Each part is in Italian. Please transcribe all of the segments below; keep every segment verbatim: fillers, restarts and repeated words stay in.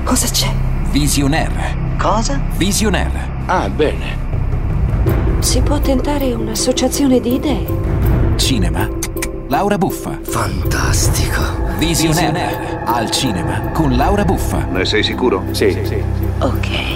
Cosa c'è? Visionaire. Cosa? Visionaire. Ah, bene. Si può tentare un'associazione di idee. Cinema. Laura Buffa. Fantastico. Visionaire. Al cinema con Laura Buffa. Ne sei sicuro? Sì, sì, sì. Ok.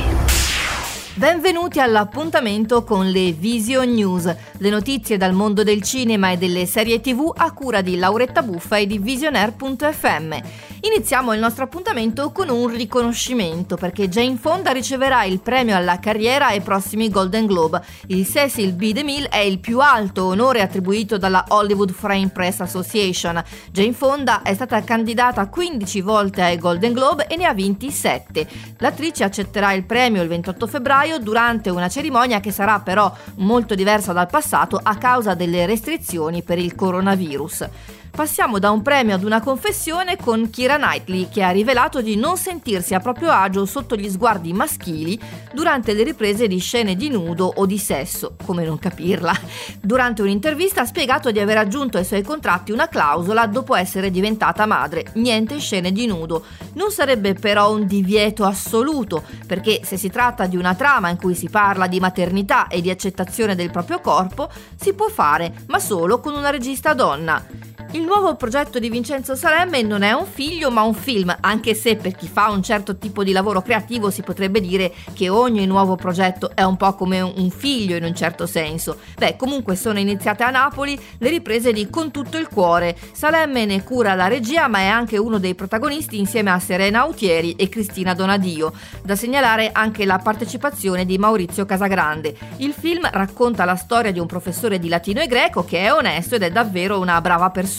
Benvenuti all'appuntamento con le Vision News, le notizie dal mondo del cinema e delle serie tv a cura di Lauretta Buffa e di Visionaire punto effe emme. Iniziamo il nostro appuntamento con un riconoscimento, perché Jane Fonda riceverà il premio alla carriera ai prossimi Golden Globe. Il Cecil B. DeMille è il più alto onore attribuito dalla Hollywood Foreign Press Association. Jane Fonda è stata candidata quindici volte ai Golden Globe e ne ha vinti sette. L'attrice accetterà il premio il ventotto febbraio durante una cerimonia che sarà però molto diversa dal passato a causa delle restrizioni per il coronavirus. Passiamo da un premio ad una confessione con Keira Knightley, che ha rivelato di non sentirsi a proprio agio sotto gli sguardi maschili durante le riprese di scene di nudo o di sesso, come non capirla. Durante un'intervista ha spiegato di aver aggiunto ai suoi contratti una clausola dopo essere diventata madre: niente scene di nudo. Non sarebbe però un divieto assoluto, perché se si tratta di una trama in cui si parla di maternità e di accettazione del proprio corpo, si può fare, ma solo con una regista donna. Il nuovo progetto di Vincenzo Salemme non è un figlio ma un film, anche se per chi fa un certo tipo di lavoro creativo si potrebbe dire che ogni nuovo progetto è un po' come un figlio in un certo senso. Beh, comunque sono iniziate a Napoli le riprese di Con tutto il cuore. Salemme ne cura la regia, ma è anche uno dei protagonisti insieme a Serena Autieri e Cristina Donadio. Da segnalare anche la partecipazione di Maurizio Casagrande. Il film racconta la storia di un professore di latino e greco che è onesto ed è davvero una brava persona.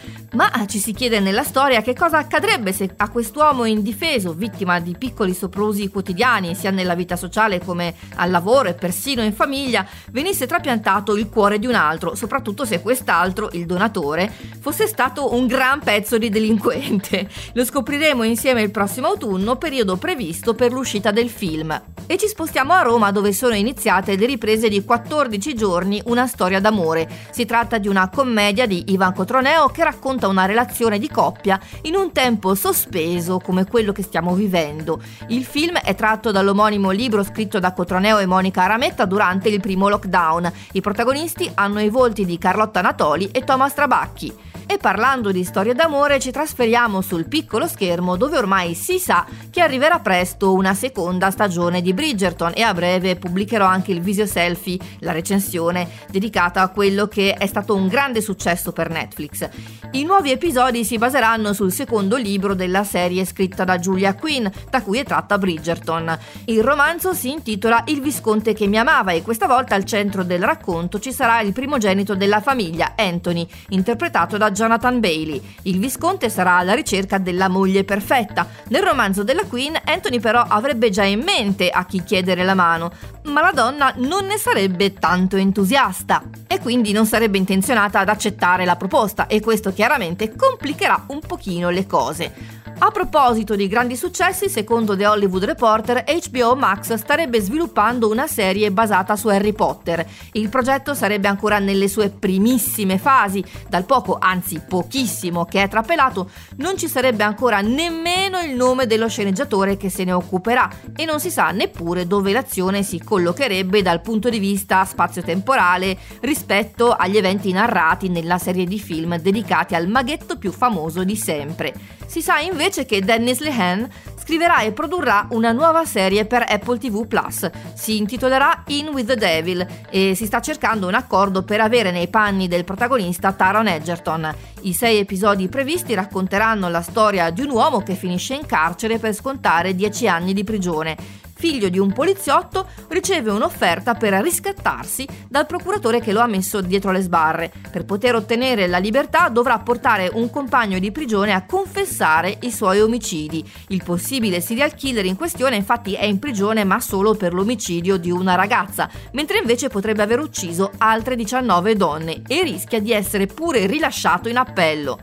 Ma ci si chiede nella storia che cosa accadrebbe se a quest'uomo indifeso, vittima di piccoli soprusi quotidiani sia nella vita sociale come al lavoro e persino in famiglia, venisse trapiantato il cuore di un altro, soprattutto se quest'altro, il donatore, fosse stato un gran pezzo di delinquente. Lo scopriremo insieme il prossimo autunno, periodo previsto per l'uscita del film. E ci spostiamo a Roma, dove sono iniziate le riprese di quattordici giorni, una storia d'amore. Si tratta di una commedia di Ivan Cotroneo che racconta una relazione di coppia in un tempo sospeso come quello che stiamo vivendo. Il film è tratto dall'omonimo libro scritto da Cotroneo e Monica Arametta durante il primo lockdown. I protagonisti hanno i volti di Carlotta Natoli e Thomas Trabacchi. E parlando di storie d'amore ci trasferiamo sul piccolo schermo, dove ormai si sa che arriverà presto una seconda stagione di Bridgerton e a breve pubblicherò anche il Visio Selfie, la recensione dedicata a quello che è stato un grande successo per Netflix. I nuovi episodi si baseranno sul secondo libro della serie scritta da Julia Quinn, da cui è tratta Bridgerton. Il romanzo si intitola Il Visconte che mi amava e questa volta al centro del racconto ci sarà il primogenito della famiglia, Anthony, interpretato da Jonathan Bailey. Il Visconte sarà alla ricerca della moglie perfetta. Nel romanzo della Queen, Anthony però avrebbe già in mente a chi chiedere la mano, ma la donna non ne sarebbe tanto entusiasta e quindi non sarebbe intenzionata ad accettare la proposta, e questo chiaramente complicherà un pochino le cose. A proposito di grandi successi, secondo The Hollywood Reporter, H B O Max starebbe sviluppando una serie basata su Harry Potter. Il progetto sarebbe ancora nelle sue primissime fasi, dal poco, anzi pochissimo, che è trapelato, non ci sarebbe ancora nemmeno il nome dello sceneggiatore che se ne occuperà e non si sa neppure dove l'azione si collocherebbe dal punto di vista spazio-temporale rispetto agli eventi narrati nella serie di film dedicati al maghetto più famoso di sempre. Si sa invece che Dennis Lehane scriverà e produrrà una nuova serie per Apple ti vu Plus. Si intitolerà In with the Devil e si sta cercando un accordo per avere nei panni del protagonista Taron Egerton. I sei episodi previsti racconteranno la storia di un uomo che finisce in carcere per scontare dieci anni di prigione. Figlio di un poliziotto, riceve un'offerta per riscattarsi dal procuratore che lo ha messo dietro le sbarre. Per poter ottenere la libertà dovrà portare un compagno di prigione a confessare i suoi omicidi. Il possibile serial killer in questione infatti è in prigione ma solo per l'omicidio di una ragazza, mentre invece potrebbe aver ucciso altre diciannove donne e rischia di essere pure rilasciato in appello.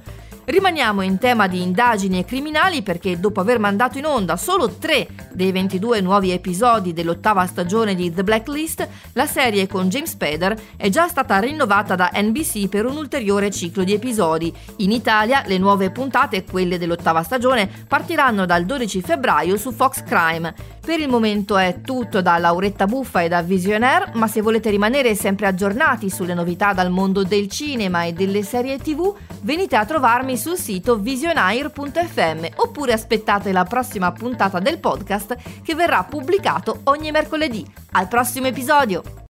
Rimaniamo in tema di indagini e criminali perché dopo aver mandato in onda solo tre dei ventidue nuovi episodi dell'ottava stagione di The Blacklist, la serie con James Spader è già stata rinnovata da N B C per un ulteriore ciclo di episodi. In Italia le nuove puntate, quelle dell'ottava stagione, partiranno dal dodici febbraio su Fox Crime. Per il momento è tutto da Lauretta Buffa e da Visionaire, ma se volete rimanere sempre aggiornati sulle novità dal mondo del cinema e delle serie tivù, venite a trovarmi sul sito visionaire punto effe emme oppure aspettate la prossima puntata del podcast che verrà pubblicato ogni mercoledì. Al prossimo episodio!